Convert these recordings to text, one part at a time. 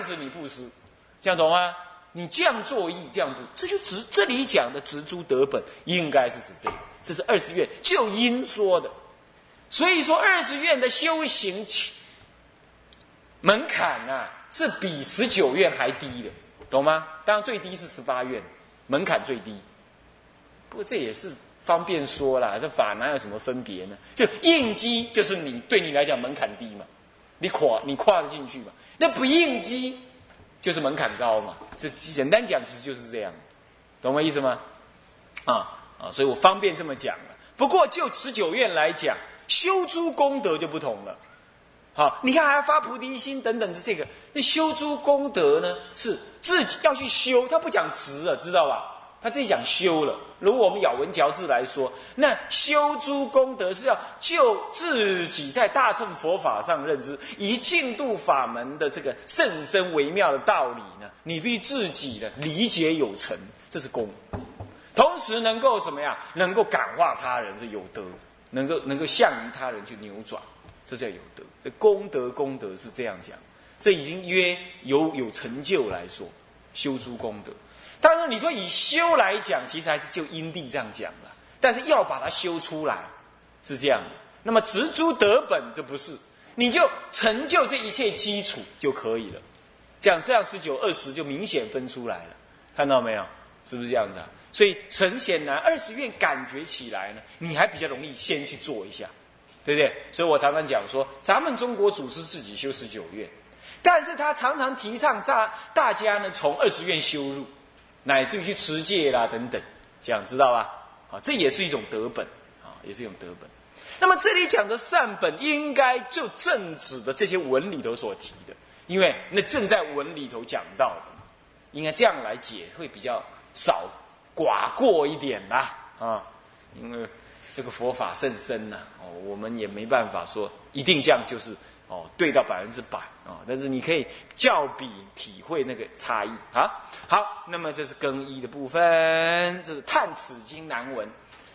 使你布施，这样懂吗？你这样作意，这样布，这里讲的植诸德本，应该是指这个。这是20愿就因说的。所以说20愿的修行门槛啊，是比19愿还低的，懂吗？当然最低是18愿，门槛最低。不过这也是方便说啦，这法哪有什么分别呢？就应机就是对你来讲门槛低嘛，你跨得进去嘛。那不应机就是门槛高嘛。这简单讲其实就是这样，懂我意思吗？所以我方便这么讲了。不过就19愿来讲，修诸功德就不同了。好，你看还要发菩提心等等的这个，那修诸功德呢，是自己要去修，他不讲执了，知道吧？他自己讲修了。如果我们咬文嚼字来说，那修诸功德是要就自己在大乘佛法上认知，以及净土法门的这个甚深微妙的道理呢，你必须自己的理解有成，这是功。同时能够什么样？能够感化他人，是有德，能够向于他人去扭转，这叫有德。功德是这样讲，这已经约有成就来说，修诸功德。但是你说以修来讲，其实还是就因地这样讲了，但是要把它修出来，是这样的。那么植诸德本就不是，你就成就这一切基础就可以了。这样19、20就明显分出来了，看到没有？是不是这样子啊？所以很显然，20愿感觉起来呢，你还比较容易先去做一下，对不对？所以我常常讲说，咱们中国祖师自己修19愿，但是他常常提倡大家呢从20愿修入，乃至于去持戒啦等等，这样知道吧？这也是一种德本也是一种德本。那么这里讲的善本，应该就正指的这些文里头所提的，因为那正在文里头讲到的，应该这样来解会比较少寡过一点啦因为这个佛法甚深呐我们也没办法说一定这样就是对到100%但是你可以较比体会那个差异啊。好，那么这是更一的部分，这是叹此经难闻，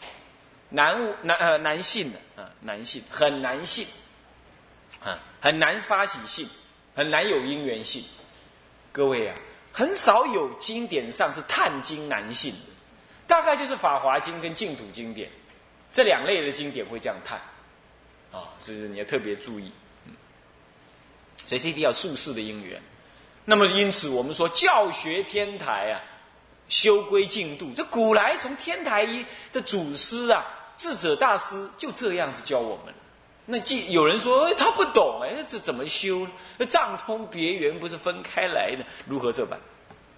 难信的难信，很难信很难发起信，很难有因缘信。各位啊，很少有经典上是叹经难信的，大概就是《法华经》跟净土经典这2类的经典会这样叹所以你要特别注意。所以这一定要宿世的因缘。那么因此我们说教学天台修归净土，这古来从天台的祖师智者大师就这样子教我们。那有人说他不懂这怎么修呢？那藏通别圆不是分开来的，如何这般？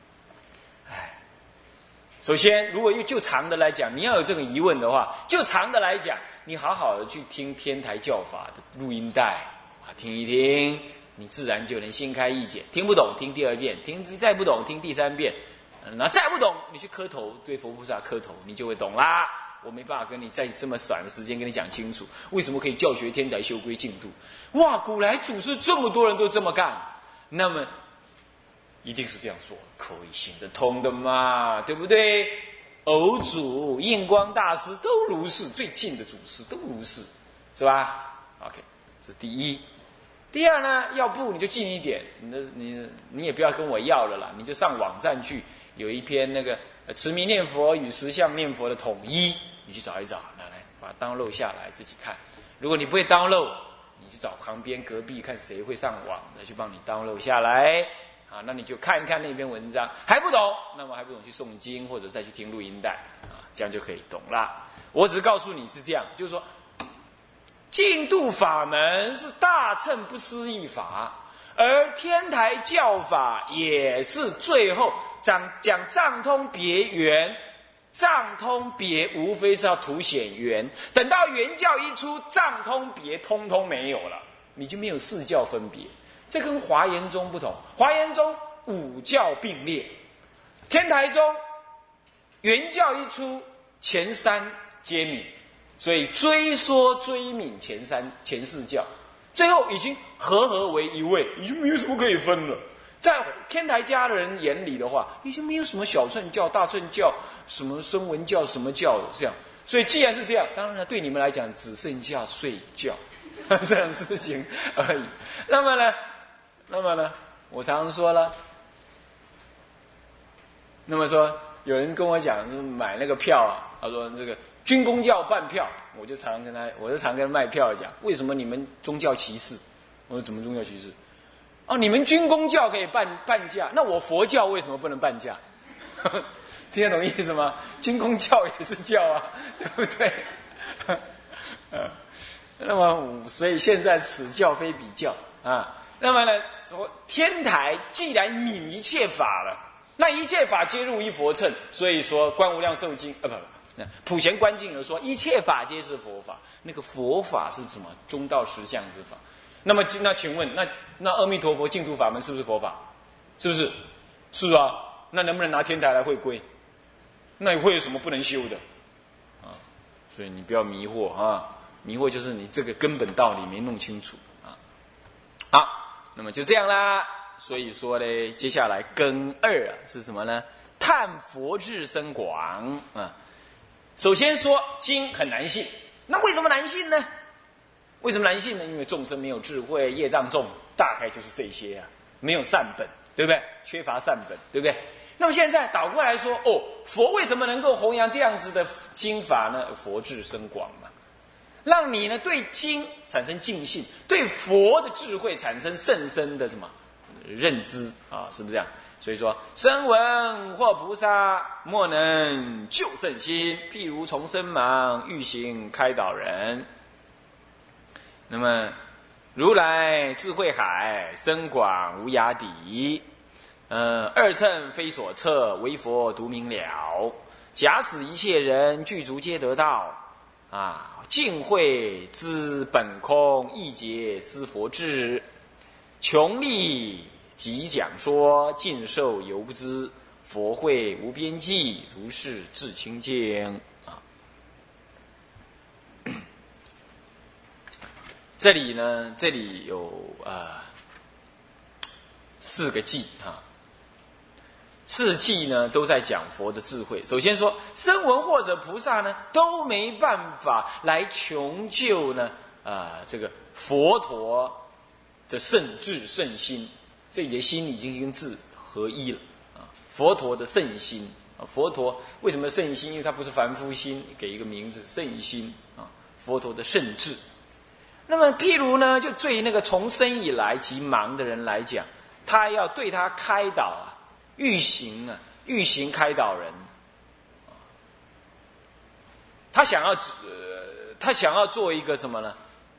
首先如果就常的来讲，你要有这个疑问的话，就常的来讲，你好好的去听天台教法的录音带听一听，你自然就能心开意解。听不懂听第2遍，再不懂听第3遍，那再不懂你去磕头，对佛菩萨磕头，你就会懂啦。我没办法跟你在这么短的时间跟你讲清楚，为什么可以教学天台修归净土。哇，古来祖师这么多人都这么干，那么一定是这样做，可以行得通的嘛，对不对？偶祖印光大师都如是，最近的祖师都如是，是吧 ？OK， 这是第一。第二呢，要不你就近一点，你也不要跟我要了啦，你就上网站去，有一篇那个持名念佛与实相念佛的统一，你去找一找，拿来把它 download 下来自己看。如果你不会 download， 你去找旁边隔壁看谁会上网的去帮你 download 下来。那你就看一看那篇文章，还不懂，那么还不懂去诵经或者再去听录音带这样就可以懂了。我只是告诉你是这样，就是说净土法门是大乘不思议法，而天台教法也是最后讲藏通别圆，藏通别无非是要凸显圆，等到圆教一出，藏通别通通没有了，你就没有四教分别。这跟华严宗不同，华严宗5教并列，天台宗圆教一出，前3皆泯，所以追说追泯前4教，最后已经合为一位，已经没有什么可以分了。在天台家的人眼里的话，已经没有什么小乘教、大乘教、什么声闻教、什么教的这样。所以既然是这样，当然了，对你们来讲只剩下睡觉这样事情而已。那么呢， 我常常说了，那么说有人跟我讲说买那个票啊，他说这个军公教办票，我就常跟他卖票讲，为什么你们宗教歧视？我说怎么宗教歧视？哦，你们军公教可以半价，那我佛教为什么不能半价？听得懂意思吗？军公教也是教啊，对不对？那么所以现在此教非彼教啊。那么呢，天台既然泯一切法了，那一切法皆入一佛乘，所以说观无量寿经普贤观境而说一切法皆是佛法。那个佛法是什么？中道实相之法。那么那请问，那阿弥陀佛净土法门是不是佛法？是不是？是啊。那能不能拿天台来会归？那你会有什么不能修的啊？所以你不要迷惑啊！迷惑就是你这个根本道理没弄清楚啊。好，那么就这样啦。所以说呢，接下来根二啊是什么呢？探佛智深广啊。首先说经很难信，那为什么难信呢？为什么难信呢？因为众生没有智慧，业障重，大概就是这些啊，没有善本，对不对？缺乏善本，对不对？那么现在倒过来说，佛为什么能够弘扬这样子的经法呢？佛智深广嘛，让你呢对经产生敬信，对佛的智慧产生甚深的什么认知啊？是不是这样？所以说，声闻或菩萨莫能救圣心，譬如从身盲，欲行开导人。那么，如来智慧海深广无涯底。二乘非所测，唯佛独明了。假使一切人具足皆得道啊，尽慧知本空，一劫思佛智，穷力即讲说，尽受犹不知。佛慧无边际，如是至清净啊。这里有4个偈啊。4偈呢都在讲佛的智慧。首先说声闻或者菩萨呢都没办法来穷究呢这个佛陀的圣智圣心，这里的心已经跟智合一了啊。佛陀的圣心啊，佛陀为什么圣心？因为它不是凡夫心，给一个名字圣心啊，佛陀的圣智。那么譬如呢，就对那个从生以来即盲的人来讲，他要对他开导啊。欲行开导人，他想要做一个什么呢？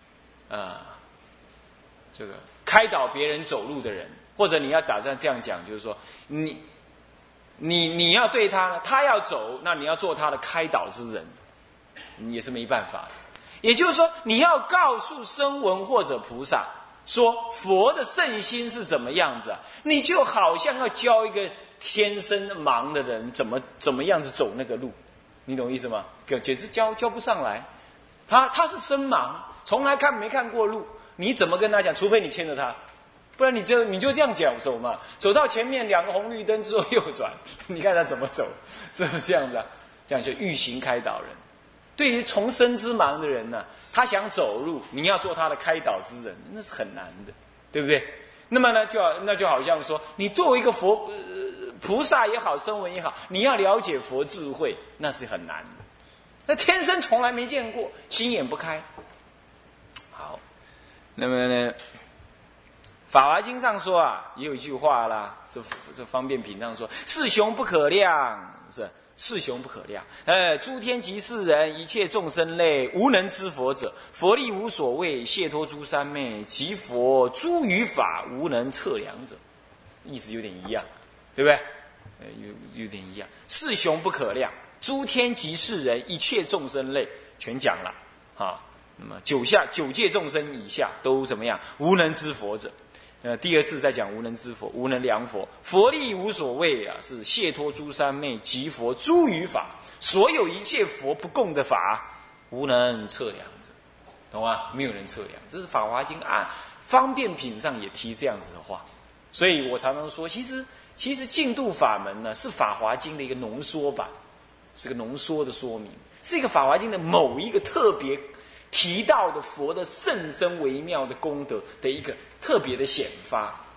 这个开导别人走路的人，或者你要打算这样讲，就是说，你要对他呢，他要走，那你要做他的开导之人，你也是没办法的。也就是说，你要告诉声闻或者菩萨。说佛的圣心是怎么样子啊？你就好像要教一个天生盲的人怎么样子走那个路，你懂意思吗？简直教不上来。他是生盲，从来没看过路，你怎么跟他讲？除非你牵着他，不然你就这样讲走嘛。走到前面2个红绿灯之后右转，你看他怎么走，是不是这样子啊？这样就欲行开导人。对于从生之盲的人呢，他想走路，你要做他的开导之人，那是很难的，对不对？那么呢，那就好像说，你作为一个菩萨也好，声闻也好，你要了解佛智慧，那是很难的。那天生从来没见过，心眼不开。好，那么呢，《法华经》上说啊，也有一句话啦，这方便品上说：“世雄不可量。”是。世雄不可量，诸天及世人，一切众生类，无能知佛者，佛力无所谓，解脱诸三昧，即佛诸语法，无能测量者。意思有点一样，对不对？有点一样。世雄不可量，诸天及世人，一切众生类，全讲了啊。那么九界众生以下都怎么样？无能知佛者。第2次在讲无能知佛，无能量佛，佛力无所谓啊，是解脱诸三昧，即佛诸语法，所有一切佛不共的法，无能测量者，懂吗？没有人测量，这是《法华经》方便品上也提这样子的话。所以我常常说，其实净土法门呢，是《法华经》的一个浓缩版，是个浓缩的说明，是一个《法华经》的某一个特别提到的佛的甚深微妙的功德的一个特别的显发，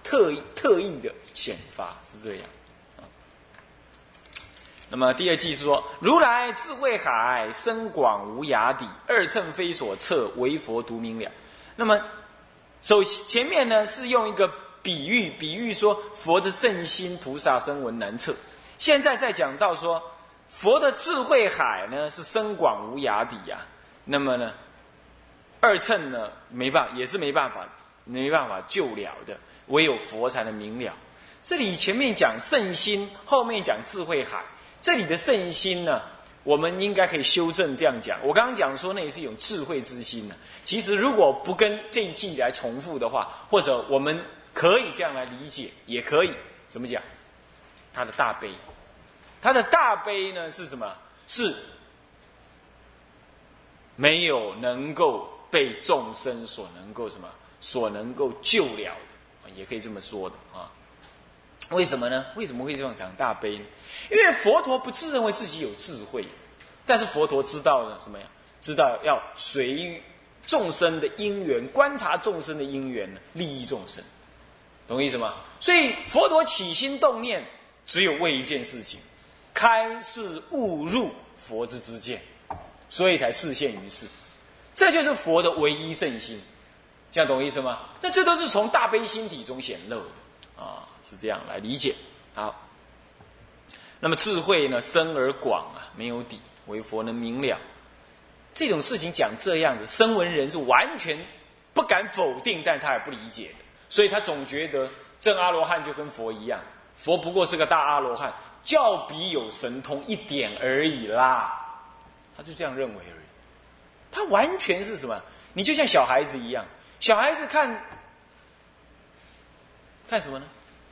特意的显发，是这样。那么第二句说：如来智慧海，深广无涯底，二乘非所测，唯佛独明了。那么前面呢是用一个比喻说佛的圣心，菩萨声闻难测。现在再讲到说佛的智慧海呢是深广无涯底啊。那么呢二乘呢也是没办法救了的，唯有佛才能明了。这里前面讲圣心，后面讲智慧海。这里的圣心呢，我们应该可以修正这样讲。我刚刚讲说那也是一种智慧之心呢。其实如果不跟这一季来重复的话，或者我们可以这样来理解，也可以怎么讲？他的大悲，他的大悲呢是什么？是没有能够被众生所能够救了的，也可以这么说的啊。为什么呢？为什么会这样讲大悲呢？因为佛陀不自认为自己有智慧，但是佛陀知道了什么呀？知道要随众生的因缘，观察众生的因缘呢，利益众生，懂我意思吗？所以佛陀起心动念，只有为一件事情，开示悟入佛之知见，所以才示现于世。这就是佛的唯一圣心，这样懂我意思吗？那这都是从大悲心体中显露的啊。是这样来理解。好，那么智慧呢，深而广啊，没有底，唯佛能明了。这种事情讲这样子，声闻人是完全不敢否定，但他也不理解的，所以他总觉得正阿罗汉就跟佛一样，佛不过是个大阿罗汉，较比有神通一点而已啦，他就这样认为而已。他完全是什么？你就像小孩子一样，小孩子看什么呢？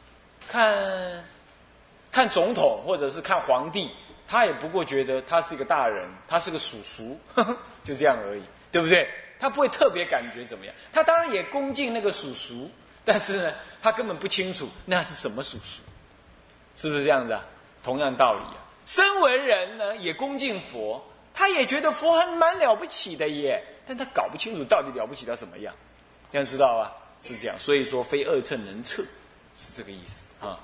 看总统或者是看皇帝，他也不过觉得他是一个大人，他是个叔叔，就这样而已，对不对？他不会特别感觉怎么样。他当然也恭敬那个叔叔，但是呢，他根本不清楚那是什么叔叔，是不是这样子啊？同样道理啊，声闻人呢也恭敬佛，他也觉得佛还蛮了不起的耶，但他搞不清楚到底了不起到什么样，这样知道吧？是这样，所以说非二乘能测。是这个意思啊。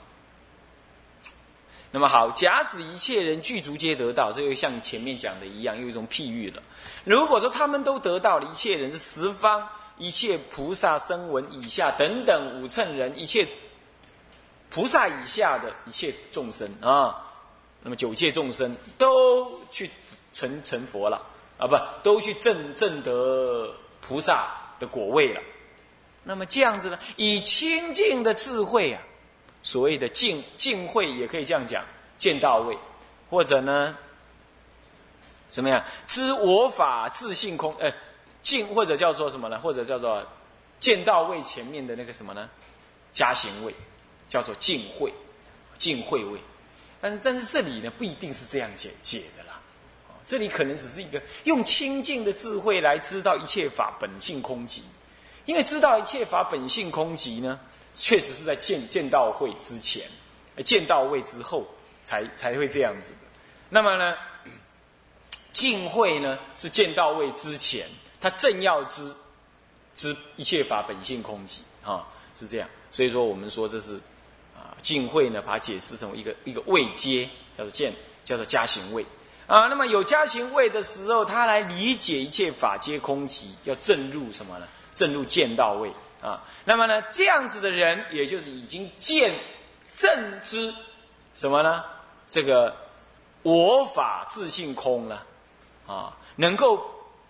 那么好，假使一切人具足皆得到，这又像前面讲的一样，又一种譬喻了。如果说他们都得到了，一切人是十方一切菩萨声闻以下等等五乘人，一切菩萨以下的一切众生啊，那么九界众生都去成佛了啊，都去证得菩萨的果位了。那么这样子呢，以清净的智慧啊，所谓的净慧也可以这样讲，见到位，或者呢什么样知我法自性空，净或者叫做什么呢？或者叫做见到位前面的那个什么呢？加行位，叫做净慧位。但是这里呢不一定是这样解的啦，这里可能只是一个用清净的智慧来知道一切法本性空寂。因为知道一切法本性空寂呢，确实是在见到会之前，见到位之后才会这样子的。那么呢，净慧呢是见到位之前，他正要知一切法本性空寂啊，是这样。所以说我们说这是净慧呢，把它解释成一个位阶，叫做加行位啊。那么有加行位的时候，他来理解一切法皆空寂，要正入什么呢？正入见到位啊。那么呢，这样子的人，也就是已经正知什么呢？这个我法自性空了啊，能够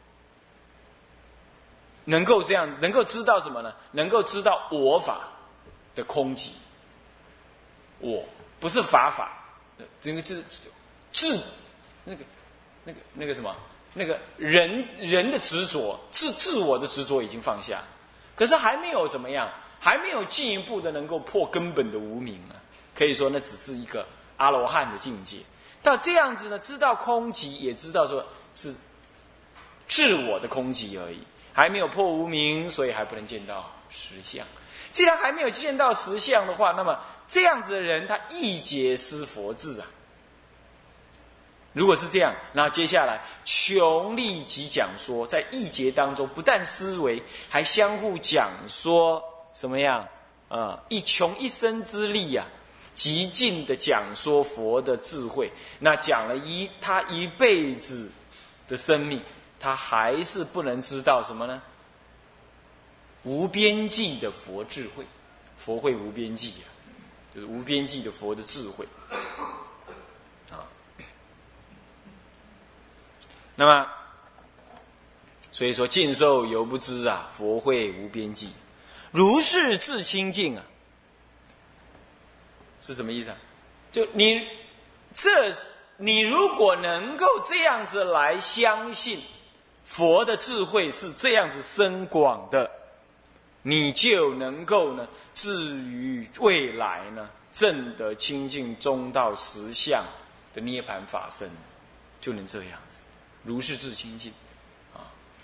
这样，能够知道什么呢？能够知道我法的空寂。我不是法，这个自那个什么，那个人的执着，自我的执着已经放下，可是还没有怎么样，还没有进一步的能够破根本的无明啊。可以说那只是一个阿罗汉的境界。到这样子呢，知道空寂，也知道说是自我的空寂而已，还没有破无明，所以还不能见到实相。既然还没有见到实相的话，那么这样子的人，他亦解失佛智啊。如果是这样，那接下来穷力即讲说，在义节当中，不但思维，还相互讲说什么样一穷一生之力啊，极尽的讲说佛的智慧。那讲了他一辈子的生命，他还是不能知道什么呢？无边际的佛智慧，佛慧无边际啊，就是无边际的佛的智慧啊。那么，所以说尽寿犹不知啊，佛慧无边际，如是自清净啊，是什么意思啊？就你如果能够这样子来相信佛的智慧是这样子深广的，你就能够呢，至于未来呢，证得清净中道实相的涅槃法身，就能这样子，如是自清净啊。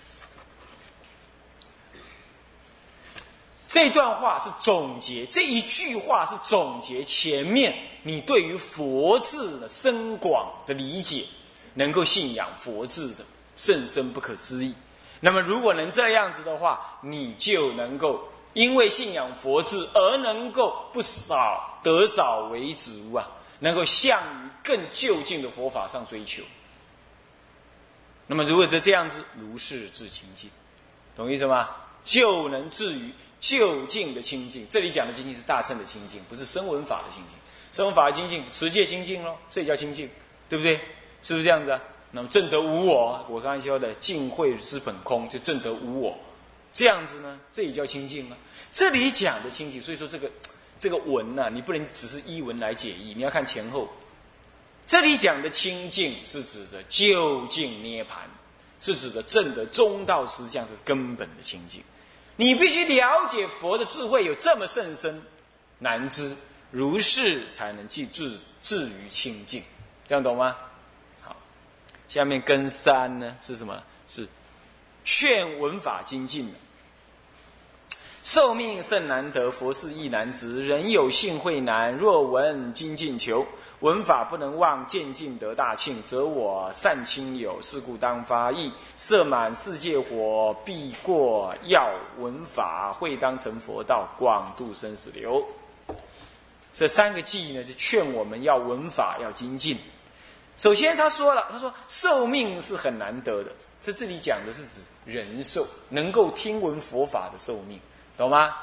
这段话是总结，这一句话是总结前面你对于佛智的深广的理解，能够信仰佛智的甚深不可思议。那么如果能这样子的话，你就能够因为信仰佛智而能够得少为足啊，能够向于更就近的佛法上追求。那么如果是这样子，如是自清净，懂意思吗？就能至于就近的清净。这里讲的清净是大乘的清净，不是声闻法的清净。声闻法的清净，持戒清净咯，这也叫清净，对不对？是不是这样子啊？那么证得无我，我刚才说的净慧之本空，就证得无我，这样子呢，这也叫清净啊。这里讲的清净，所以说这个文啊，你不能只是依文来解义，你要看前后。这里讲的清净是指的究竟涅槃，是指的证得中道实相是根本的清净。你必须了解佛的智慧有这么甚深难知，如是才能至于清净，这样懂吗？好，下面根三呢是什么？是劝闻法精进的。寿命甚难得，佛事亦难值。人有幸慧难，若闻精进求。闻法不能忘，渐进得大庆。则我善亲友，是故当发意。摄满世界火，避过要闻法，会当成佛道，广度生死流。这三个偈呢，就劝我们要闻法，要精进。首先他说了，他说寿命是很难得的，在这里讲的是指人寿，能够听闻佛法的寿命，懂吗？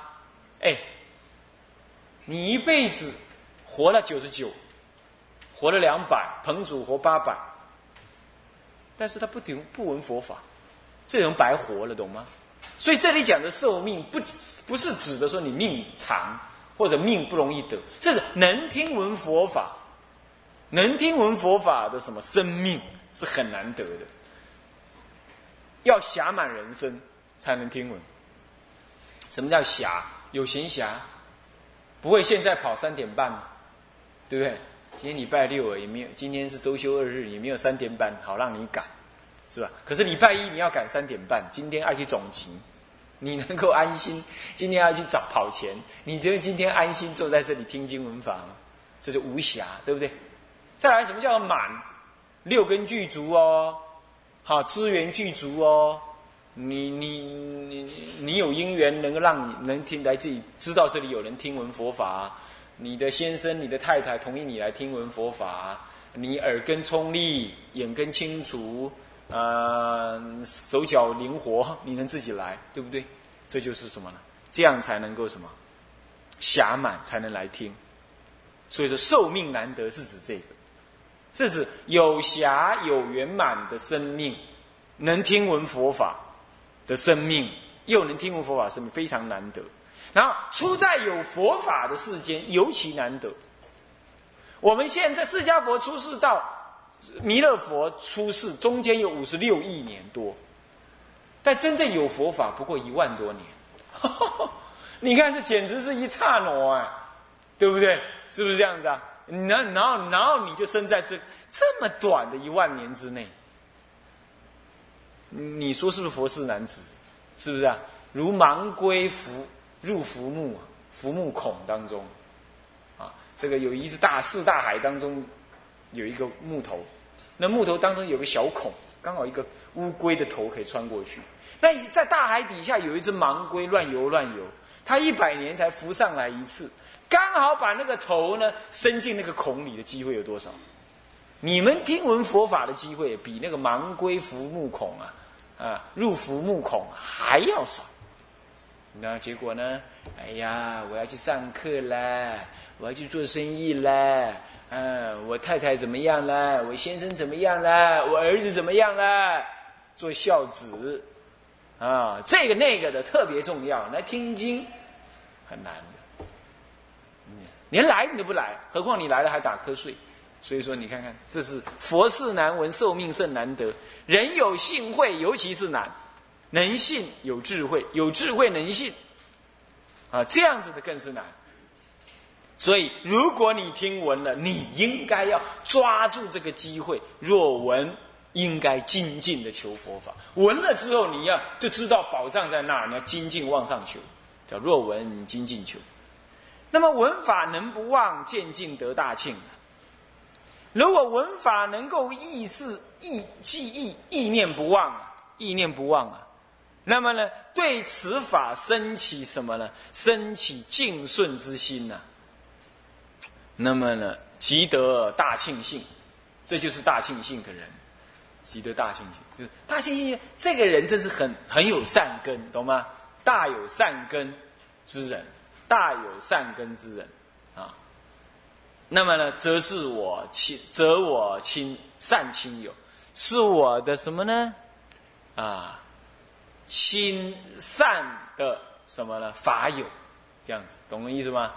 你一辈子活了99，活了200，彭祖活800，但是他不闻佛法，这种白活了，懂吗？所以这里讲的寿命不是指的说你命长或者命不容易得，是能听闻佛法，能听闻佛法的什么生命是很难得的，要暇满人生才能听闻。什么叫暇？有闲暇，不会现在跑3点半吗？对不对？今天礼拜6也没有，今天是周休2日，也没有3点半好让你赶，是吧？可是礼拜1你要赶3点半，今天要去总集，你能够安心？今天要去跑钱，你觉得今天安心坐在这里听经闻法吗？这就无暇，对不对？再来，什么叫做满？6根具足哦，好，资源具足哦。你有因缘能够让你能听来这里知道这里有人听闻佛法，你的先生你的太太同意你来听闻佛法，你耳根聪利，眼根清楚，手脚灵活，你能自己来，对不对？这就是什么呢？这样才能够什么暇满才能来听。所以说寿命难得是指这个，这是有暇有圆满的生命，能听闻佛法的生命，又能听闻佛法的生命非常难得。然后处在有佛法的世间尤其难得。我们现在释迦佛出世到弥勒佛出世中间有56亿年多，但真正有佛法不过1万多年。你看这简直是一刹那啊，对不对？是不是这样子啊？然后你就生在这么短的1万年之内，你说是不是佛事难值？是不是啊？如盲龟入浮木孔当中啊，这个有一只四大海当中有一个木头，那木头当中有个小孔，刚好一个乌龟的头可以穿过去。那在大海底下有一只盲龟乱游， 他100年才浮上来一次，刚好把那个头呢伸进那个孔里的机会有多少？你们听闻佛法的机会比那个盲龟浮木孔入浮木孔还要少。那结果呢？哎呀，我要去上课啦，我要去做生意啦，我太太怎么样啦？我先生怎么样啦？我儿子怎么样啦？做孝子这个那个的特别重要。来听经很难的，连来你都不来，何况你来了还打瞌睡。所以说你看看，这是佛事难闻，寿命甚难得。人有信慧，尤其是难，能信有智慧，有智慧能信这样子的更是难。所以如果你听闻了，你应该要抓住这个机会，若闻应该精进的求佛法。闻了之后，你要就知道宝藏在那儿，你要精进往上求，叫若闻精进求。那么闻法能不忘，渐进得大庆。如果闻法能够记忆，意念不忘那么呢，对此法生起什么呢？生起敬顺之心那么呢，即得大庆幸。这就是大庆幸的人，即得大庆幸，就是大庆幸。这个人真是很有善根，懂吗？大有善根之人那么呢，则我亲善亲友，是我的什么呢？亲善的什么呢？法友，这样子，懂我意思吗？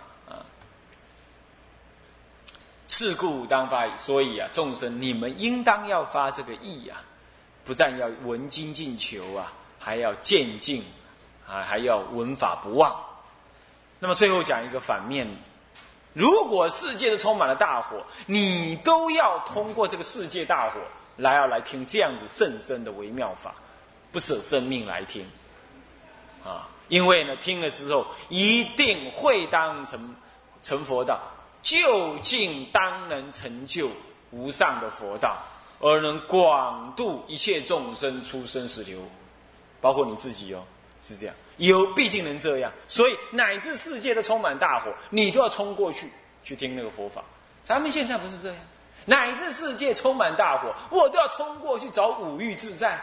是故当发意。所以众生你们应当要发这个意不但要闻精进求还要渐进还要闻法不忘。那么最后讲一个反面。如果世界都充满了大火，你都要通过这个世界大火来听这样子甚深的微妙法，不舍生命来听因为呢，听了之后一定会当成佛道，究竟当能成就无上的佛道，而能广度一切众生出生死流，包括你自己是这样。毕竟能这样，所以乃至世界都充满大火，你都要冲过去听那个佛法。咱们现在不是这样，乃至世界充满大火，我都要冲过去找五欲自在。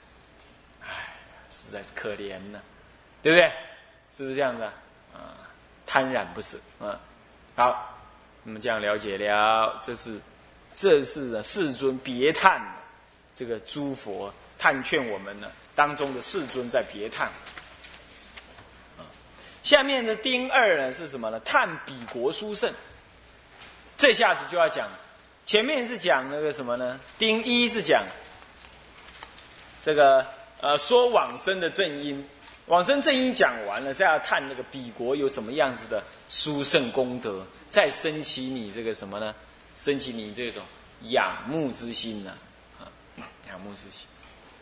实在可怜呢，对不对？是不是这样子贪婪不舍好，那么这样了解了，这是世尊别叹这个诸佛探劝我们呢当中的世尊在别叹。下面的丁2呢是什么呢？叹彼国殊胜。这下子就要讲，前面是讲那个什么呢？丁1是讲这个说往生的正因，往生正因讲完了，再要叹那个彼国有什么样子的殊胜功德，再升起你这个什么呢？升起你这种仰慕之心仰慕之心，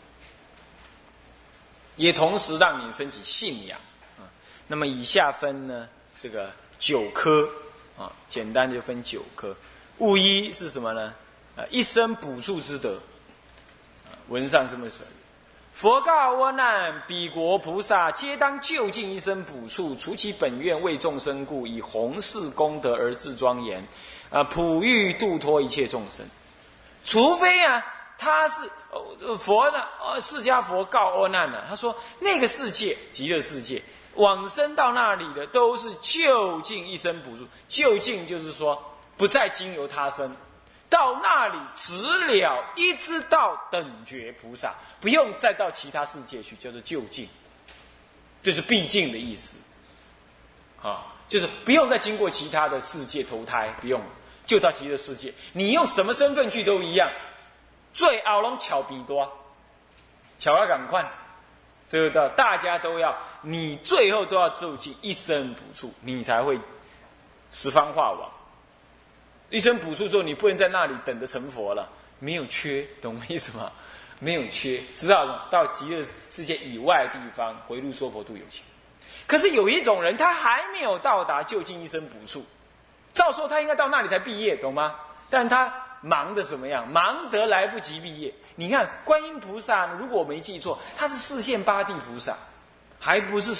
也同时让你升起信仰。那么以下分呢，这个9科简单就分9科。物一是什么呢？一生补处之德。文上这么说：佛告阿难，彼国菩萨皆当就近一生补处，除其本愿为众生故，以弘誓功德而自庄严，普欲度脱一切众生。除非他是佛呢，释迦佛告阿难呢，他说那个世界极乐世界。往生到那里的都是就近一生补处，就近就是说不再经由他生，到那里直了一知道等觉菩萨，不用再到其他世界去，叫做就近，就是毕竟的意思就是不用再经过其他的世界投胎，不用，就到极乐世界，你用什么身份去都一样，最后拢巧比多，巧要赶快。这个大家都要，你最后都要就近一生补处，你才会十方化网。一生补处之后，你不能在那里等着成佛了，没有缺，懂我意思吗？没有缺，知道到极乐世界以外的地方回路说佛度有情。可是有一种人，他还没有到达就近一生补处，照说他应该到那里才毕业，懂吗？但他忙得什么样？忙得来不及毕业。你看观音菩萨，如果我没记错，他是4现8地菩萨，还不是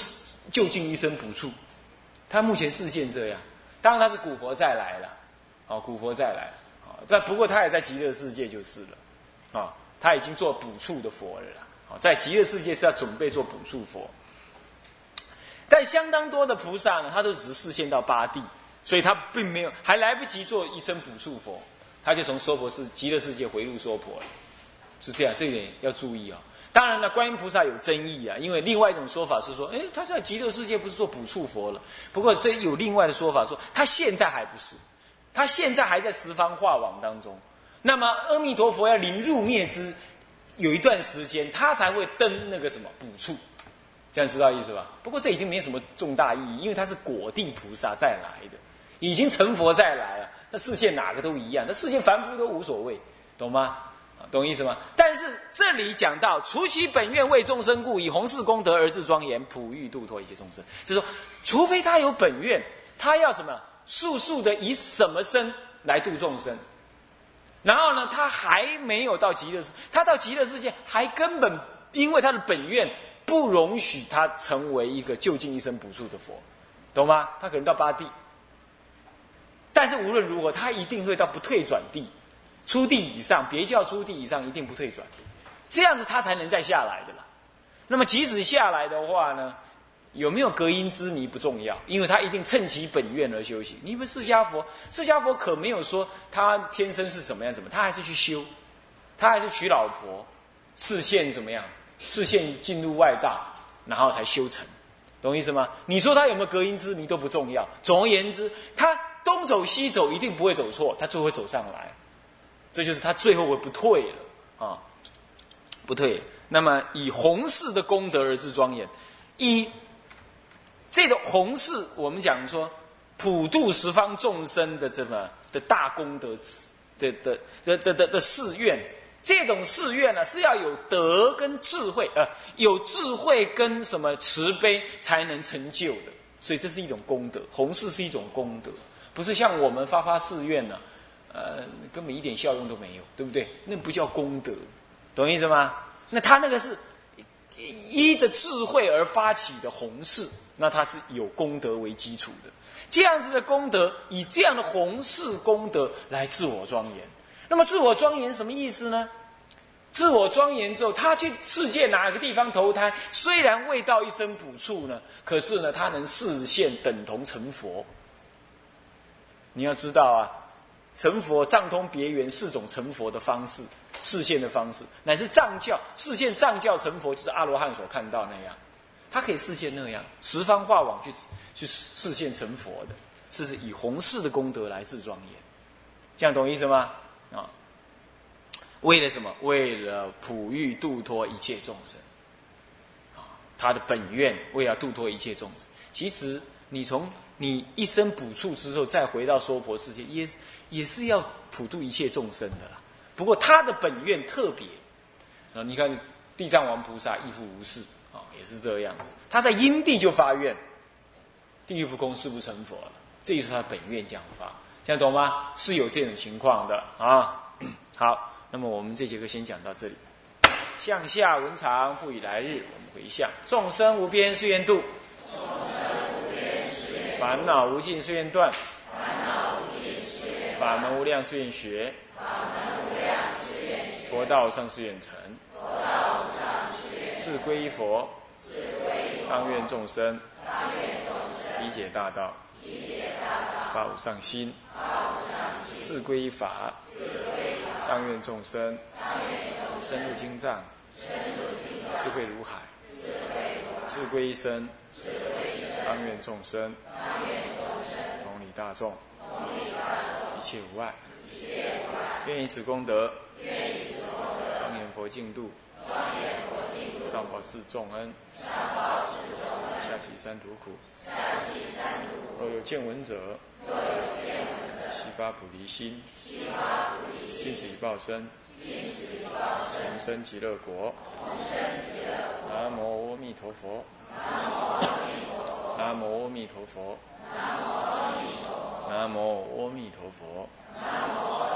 就近一生补处。他目前视线这样，当然他是古佛再来了，古佛再来，但不过他也在极乐世界就是了，他已经做补处的佛了啦，在极乐世界是要准备做补处佛。但相当多的菩萨呢，他都只是视线到八地，所以他并没有还来不及做一生补处佛，他就从娑婆世极乐世界回入娑婆了，是这样，这一点要注意啊。当然了，观音菩萨有争议啊，因为另外一种说法是说，他在极乐世界不是做补处佛了？不过这有另外的说法说，他现在还不是，他现在还在十方化网当中。那么阿弥陀佛要临入灭之，有一段时间他才会登那个什么补处。这样知道意思吧？不过这已经没什么重大意义，因为他是果地菩萨再来的，已经成佛再来了。他视线哪个都一样，他视线凡夫都无所谓，懂吗？懂意思吗？但是这里讲到，除其本愿为众生故，以弘誓功德而自庄严，普欲度脱一切众生。就是说，除非他有本愿，他要怎么速速的以什么身来度众生，然后呢，他还没有到极乐世界，他到极乐世界还根本因为他的本愿不容许他成为一个就近一生补处的佛，懂吗？他可能到八地，但是无论如何，他一定会到不退转地，初地以上，别教初地以上一定不退转，这样子他才能再下来的啦。那么即使下来的话呢，有没有隔音之谜不重要，因为他一定趁其本愿而修行。你们释迦佛可没有说他天生是怎么样怎么，他还是去修，他还是娶老婆，视线怎么样？视线进入外道，然后才修成，懂意思吗？你说他有没有隔音之谜都不重要。总而言之，他东走西走一定不会走错，他最后会走上来，这就是他最后会不退了不退了。那么以弘誓的功德而自庄严，以这种弘誓，我们讲说普度十方众生的这么的大功德的誓愿。这种誓愿呢，是要有德跟智慧，有智慧跟什么慈悲才能成就的，所以这是一种功德。弘誓是一种功德，不是像我们发誓愿呢，根本一点效用都没有，对不对？那不叫功德，懂意思吗？那他那个是依着智慧而发起的弘誓，那它是有功德为基础的。这样子的功德，以这样的弘誓功德来自我庄严。那么自我庄严什么意思呢？自我庄严之后，他去世界哪个地方投胎，虽然未到一生补处呢，可是呢，他能视线等同成佛。你要知道啊，成佛藏通别圆4种成佛的方式，视线的方式，乃至藏教视线藏教成佛，就是阿罗汉所看到那样，他可以视线那样，十方化网去视线成佛的，这是以弘誓的功德来自庄严。这样懂意思吗？为了什么？为了普欲度脱一切众生，他的本愿为了度脱一切众生。其实你从你一生补处之后，再回到娑婆世界，也是要普度一切众生的啦。不过他的本愿特别，你看地藏王菩萨亦复如是也是这样子。他在因地就发愿，地狱不空，誓不成佛了。这就是他本愿这样发，这样懂吗？是有这种情况的啊。好。那么我们这节课先讲到这里。向下文长，复以来日，我们回向。众生无边誓愿度，烦恼无尽誓愿断，法门无量誓愿学，佛道上誓愿成。自归依佛，当愿众生理解大道，发无上心。自归依法，当愿众生深入经藏，智慧如海；自归依身，当愿众生同理大众，一切无碍。愿以此功德，庄严佛净土，上报四重恩，下济三途苦。若有见闻者，悉发菩提心，尽此一报身，同生极乐国。南无阿弥陀佛。南无阿弥陀佛。南无阿弥陀佛。